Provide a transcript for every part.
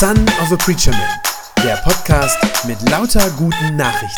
Son of a Preacher Man, der Podcast mit lauter guten Nachrichten.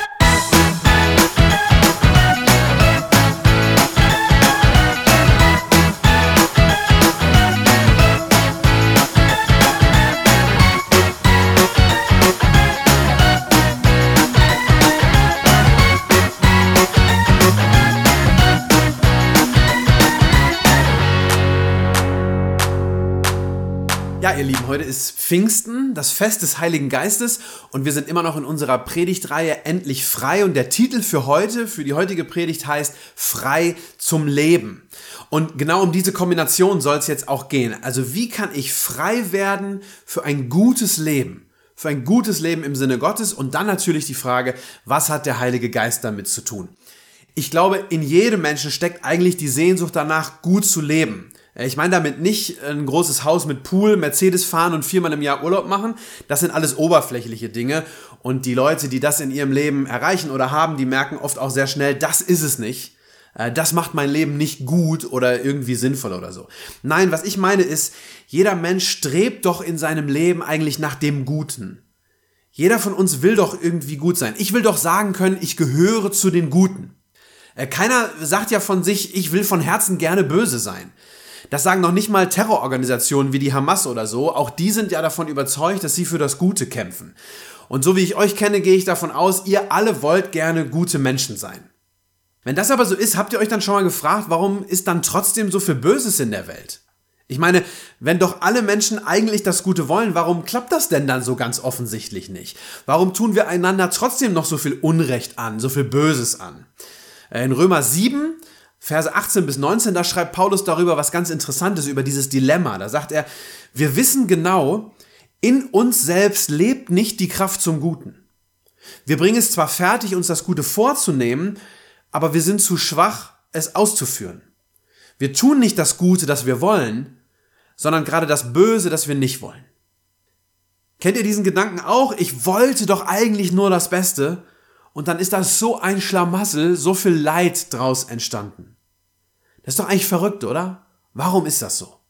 Ja, ihr Lieben, heute ist Pfingsten, das Fest des Heiligen Geistes, und wir sind immer noch in unserer Predigtreihe Endlich frei, und der Titel für heute, für die heutige Predigt heißt Frei zum Leben. Und genau um diese Kombination soll es jetzt auch gehen. Also wie kann ich frei werden für ein gutes Leben? Für ein gutes Leben im Sinne Gottes, und dann natürlich die Frage, was hat der Heilige Geist damit zu tun? Ich glaube, in jedem Menschen steckt eigentlich die Sehnsucht danach, gut zu leben. Ich meine damit nicht ein großes Haus mit Pool, Mercedes fahren und 4-mal im Jahr Urlaub machen. Das sind alles oberflächliche Dinge. Und die Leute, die das in ihrem Leben erreichen oder haben, die merken oft auch sehr schnell, das ist es nicht. Das macht mein Leben nicht gut oder irgendwie sinnvoll oder so. Nein, was ich meine ist, jeder Mensch strebt doch in seinem Leben eigentlich nach dem Guten. Jeder von uns will doch irgendwie gut sein. Ich will doch sagen können, ich gehöre zu den Guten. Keiner sagt ja von sich, ich will von Herzen gerne böse sein. Das sagen noch nicht mal Terrororganisationen wie die Hamas oder so. Auch die sind ja davon überzeugt, dass sie für das Gute kämpfen. Und so wie ich euch kenne, gehe ich davon aus, ihr alle wollt gerne gute Menschen sein. Wenn das aber so ist, habt ihr euch dann schon mal gefragt, warum ist dann trotzdem so viel Böses in der Welt? Ich meine, wenn doch alle Menschen eigentlich das Gute wollen, warum klappt das denn dann so ganz offensichtlich nicht? Warum tun wir einander trotzdem noch so viel Unrecht an, so viel Böses an? In Römer 7, Verse 18 bis 19, da schreibt Paulus darüber was ganz Interessantes, über dieses Dilemma. Da sagt er, wir wissen genau, in uns selbst lebt nicht die Kraft zum Guten. Wir bringen es zwar fertig, uns das Gute vorzunehmen, aber wir sind zu schwach, es auszuführen. Wir tun nicht das Gute, das wir wollen, sondern gerade das Böse, das wir nicht wollen. Kennt ihr diesen Gedanken auch? Ich wollte doch eigentlich nur das Beste. Und dann ist da so ein Schlamassel, so viel Leid draus entstanden. Das ist doch eigentlich verrückt, oder? Warum ist das so?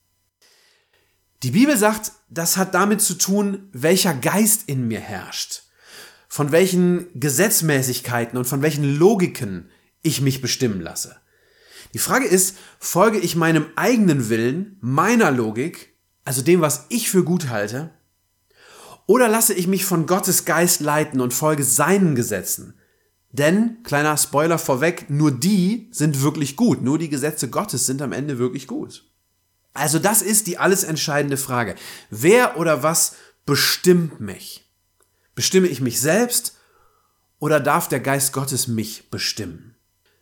Die Bibel sagt, das hat damit zu tun, welcher Geist in mir herrscht. Von welchen Gesetzmäßigkeiten und von welchen Logiken ich mich bestimmen lasse. Die Frage ist, folge ich meinem eigenen Willen, meiner Logik, also dem, was ich für gut halte, oder lasse ich mich von Gottes Geist leiten und folge seinen Gesetzen? Denn, kleiner Spoiler vorweg, nur die sind wirklich gut. Nur die Gesetze Gottes sind am Ende wirklich gut. Also das ist die alles entscheidende Frage. Wer oder was bestimmt mich? Bestimme ich mich selbst oder darf der Geist Gottes mich bestimmen?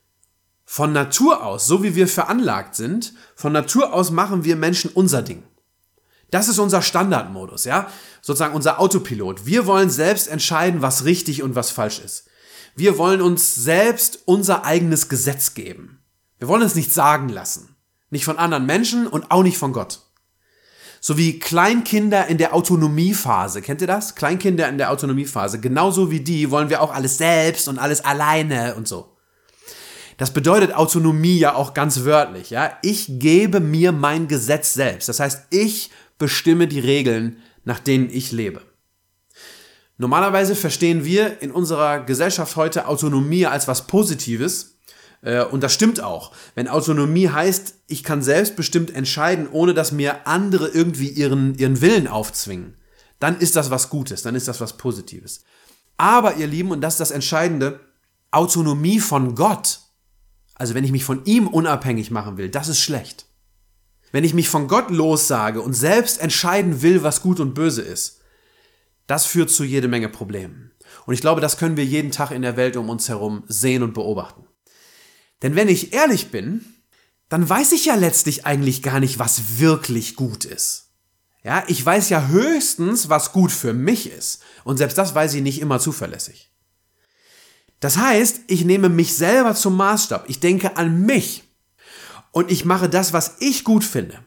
Von Natur aus, so wie wir veranlagt sind, von Natur aus machen wir Menschen unser Ding. Das ist unser Standardmodus, ja, sozusagen unser Autopilot. Wir wollen selbst entscheiden, was richtig und was falsch ist. Wir wollen uns selbst unser eigenes Gesetz geben. Wir wollen es nicht sagen lassen. Nicht von anderen Menschen und auch nicht von Gott. So wie Kleinkinder in der Autonomiephase. Kennt ihr das? Kleinkinder in der Autonomiephase. Genauso wie die wollen wir auch alles selbst und alles alleine und so. Das bedeutet Autonomie ja auch ganz wörtlich, ja. Ich gebe mir mein Gesetz selbst. Das heißt, ich bestimme die Regeln, nach denen ich lebe. Normalerweise verstehen wir in unserer Gesellschaft heute Autonomie als was Positives. Und das stimmt auch. Wenn Autonomie heißt, ich kann selbstbestimmt entscheiden, ohne dass mir andere irgendwie ihren Willen aufzwingen, dann ist das was Gutes, dann ist das was Positives. Aber ihr Lieben, und das ist das Entscheidende, Autonomie von Gott, also wenn ich mich von ihm unabhängig machen will, das ist schlecht. Wenn ich mich von Gott lossage und selbst entscheiden will, was gut und böse ist, das führt zu jede Menge Problemen. Und ich glaube, das können wir jeden Tag in der Welt um uns herum sehen und beobachten. Denn wenn ich ehrlich bin, dann weiß ich ja letztlich eigentlich gar nicht, was wirklich gut ist. Ja, ich weiß ja höchstens, was gut für mich ist. Und selbst das weiß ich nicht immer zuverlässig. Das heißt, ich nehme mich selber zum Maßstab. Ich denke an mich. Und ich mache das, was ich gut finde.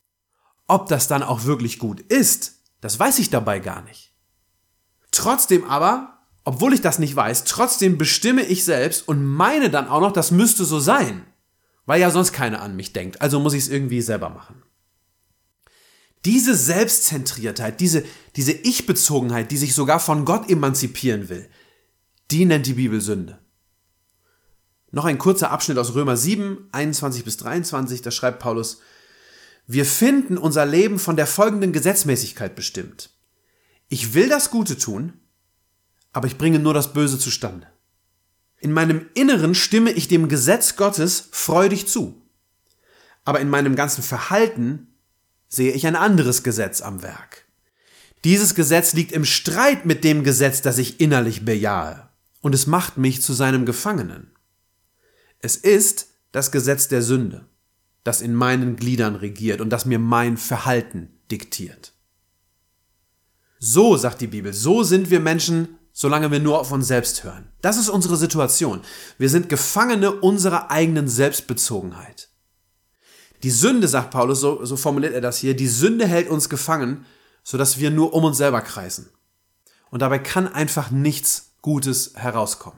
Ob das dann auch wirklich gut ist, das weiß ich dabei gar nicht. Trotzdem aber, obwohl ich das nicht weiß, trotzdem bestimme ich selbst und meine dann auch noch, das müsste so sein. Weil ja sonst keiner an mich denkt. Also muss ich es irgendwie selber machen. Diese Selbstzentriertheit, diese Ich-Bezogenheit, die sich sogar von Gott emanzipieren will, die nennt die Bibel Sünde. Noch ein kurzer Abschnitt aus Römer 7, 21 bis 23, da schreibt Paulus: Wir finden unser Leben von der folgenden Gesetzmäßigkeit bestimmt. Ich will das Gute tun, aber ich bringe nur das Böse zustande. In meinem Inneren stimme ich dem Gesetz Gottes freudig zu, aber in meinem ganzen Verhalten sehe ich ein anderes Gesetz am Werk. Dieses Gesetz liegt im Streit mit dem Gesetz, das ich innerlich bejahe, und es macht mich zu seinem Gefangenen. Es ist das Gesetz der Sünde, das in meinen Gliedern regiert und das mir mein Verhalten diktiert. So, sagt die Bibel, so sind wir Menschen, solange wir nur auf uns selbst hören. Das ist unsere Situation. Wir sind Gefangene unserer eigenen Selbstbezogenheit. Die Sünde, sagt Paulus, so formuliert er das hier, die Sünde hält uns gefangen, sodass wir nur um uns selber kreisen. Und dabei kann einfach nichts Gutes herauskommen.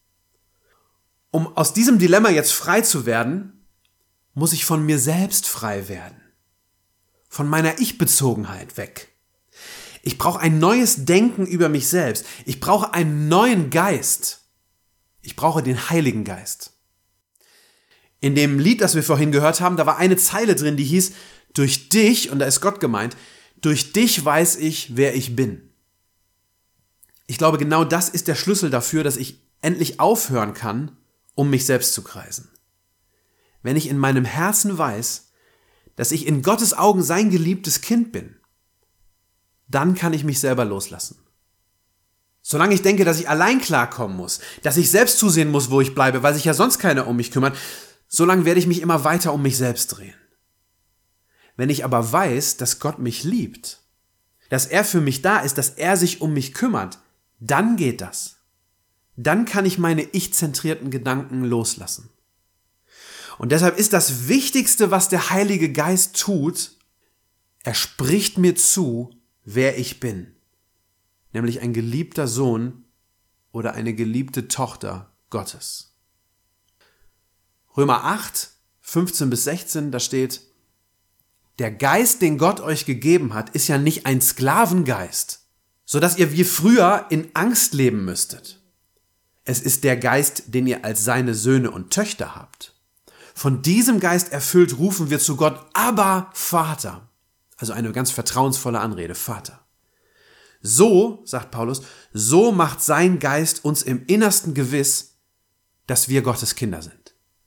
Um aus diesem Dilemma jetzt frei zu werden, muss ich von mir selbst frei werden. Von meiner Ich-Bezogenheit weg. Ich brauche ein neues Denken über mich selbst. Ich brauche einen neuen Geist. Ich brauche den Heiligen Geist. In dem Lied, das wir vorhin gehört haben, da war eine Zeile drin, die hieß: Durch dich, und da ist Gott gemeint, durch dich weiß ich, wer ich bin. Ich glaube, genau das ist der Schlüssel dafür, dass ich endlich aufhören kann, um mich selbst zu kreisen. Wenn ich in meinem Herzen weiß, dass ich in Gottes Augen sein geliebtes Kind bin, dann kann ich mich selber loslassen. Solange ich denke, dass ich allein klarkommen muss, dass ich selbst zusehen muss, wo ich bleibe, weil sich ja sonst keiner um mich kümmert, solange werde ich mich immer weiter um mich selbst drehen. Wenn ich aber weiß, dass Gott mich liebt, dass er für mich da ist, dass er sich um mich kümmert, dann geht das. Dann kann ich meine ich-zentrierten Gedanken loslassen. Und deshalb ist das Wichtigste, was der Heilige Geist tut, er spricht mir zu, wer ich bin. Nämlich ein geliebter Sohn oder eine geliebte Tochter Gottes. Römer 8, 15 bis 16, da steht: Der Geist, den Gott euch gegeben hat, ist ja nicht ein Sklavengeist, sodass ihr wie früher in Angst leben müsstet. Es ist der Geist, den ihr als seine Söhne und Töchter habt. Von diesem Geist erfüllt rufen wir zu Gott: Abba, Vater. Also eine ganz vertrauensvolle Anrede: Vater. So, sagt Paulus, so macht sein Geist uns im Innersten gewiss, dass wir Gottes Kinder sind.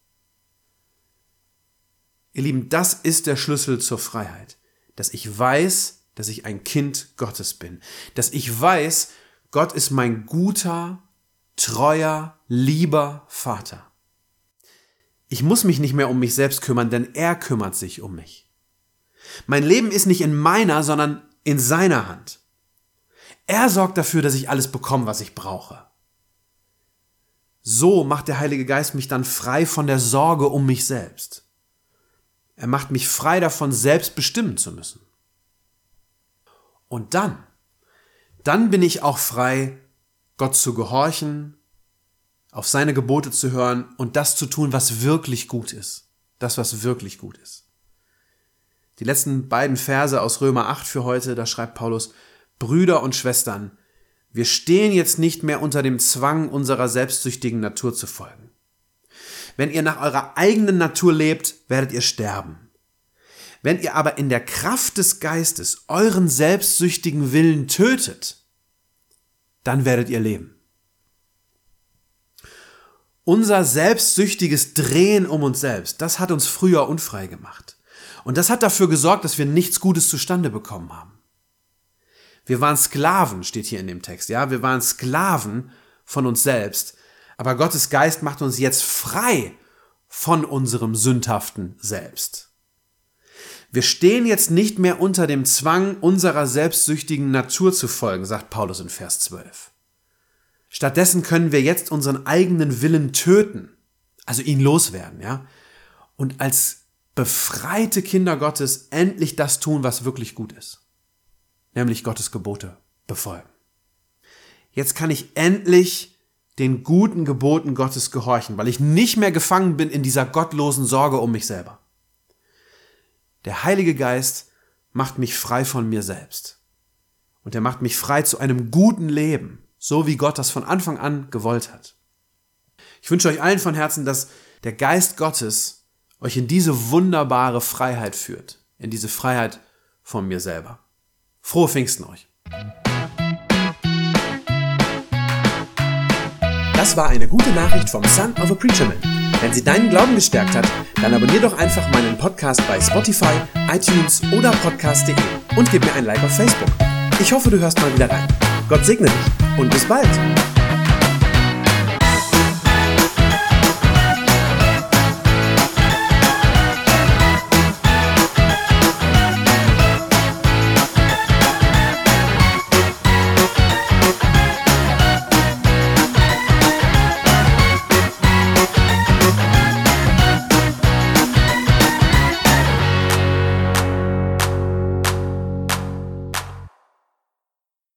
Ihr Lieben, das ist der Schlüssel zur Freiheit, dass ich weiß, dass ich ein Kind Gottes bin, dass ich weiß, Gott ist mein guter, treuer, lieber Vater. Ich muss mich nicht mehr um mich selbst kümmern, denn er kümmert sich um mich. Mein Leben ist nicht in meiner, sondern in seiner Hand. Er sorgt dafür, dass ich alles bekomme, was ich brauche. So macht der Heilige Geist mich dann frei von der Sorge um mich selbst. Er macht mich frei davon, selbst bestimmen zu müssen. Und dann bin ich auch frei, Gott zu gehorchen, auf seine Gebote zu hören und das zu tun, was wirklich gut ist. Das, was wirklich gut ist. Die letzten beiden Verse aus Römer 8 für heute, da schreibt Paulus: Brüder und Schwestern, wir stehen jetzt nicht mehr unter dem Zwang, unserer selbstsüchtigen Natur zu folgen. Wenn ihr nach eurer eigenen Natur lebt, werdet ihr sterben. Wenn ihr aber in der Kraft des Geistes euren selbstsüchtigen Willen tötet, dann werdet ihr leben. Unser selbstsüchtiges Drehen um uns selbst, das hat uns früher unfrei gemacht. Und das hat dafür gesorgt, dass wir nichts Gutes zustande bekommen haben. Wir waren Sklaven, steht hier in dem Text, ja, wir waren Sklaven von uns selbst. Aber Gottes Geist macht uns jetzt frei von unserem sündhaften Selbst. Wir stehen jetzt nicht mehr unter dem Zwang, unserer selbstsüchtigen Natur zu folgen, sagt Paulus in Vers 12. Stattdessen können wir jetzt unseren eigenen Willen töten, also ihn loswerden, ja, und als befreite Kinder Gottes endlich das tun, was wirklich gut ist, nämlich Gottes Gebote befolgen. Jetzt kann ich endlich den guten Geboten Gottes gehorchen, weil ich nicht mehr gefangen bin in dieser gottlosen Sorge um mich selber. Der Heilige Geist macht mich frei von mir selbst. Und er macht mich frei zu einem guten Leben, so wie Gott das von Anfang an gewollt hat. Ich wünsche euch allen von Herzen, dass der Geist Gottes euch in diese wunderbare Freiheit führt, in diese Freiheit von mir selber. Frohe Pfingsten euch! Das war eine gute Nachricht vom Son of a Preacher Man. Wenn sie deinen Glauben gestärkt hat, dann abonnier doch einfach meinen Podcast bei Spotify, iTunes oder podcast.de und gib mir ein Like auf Facebook. Ich hoffe, du hörst mal wieder rein. Gott segne dich und bis bald!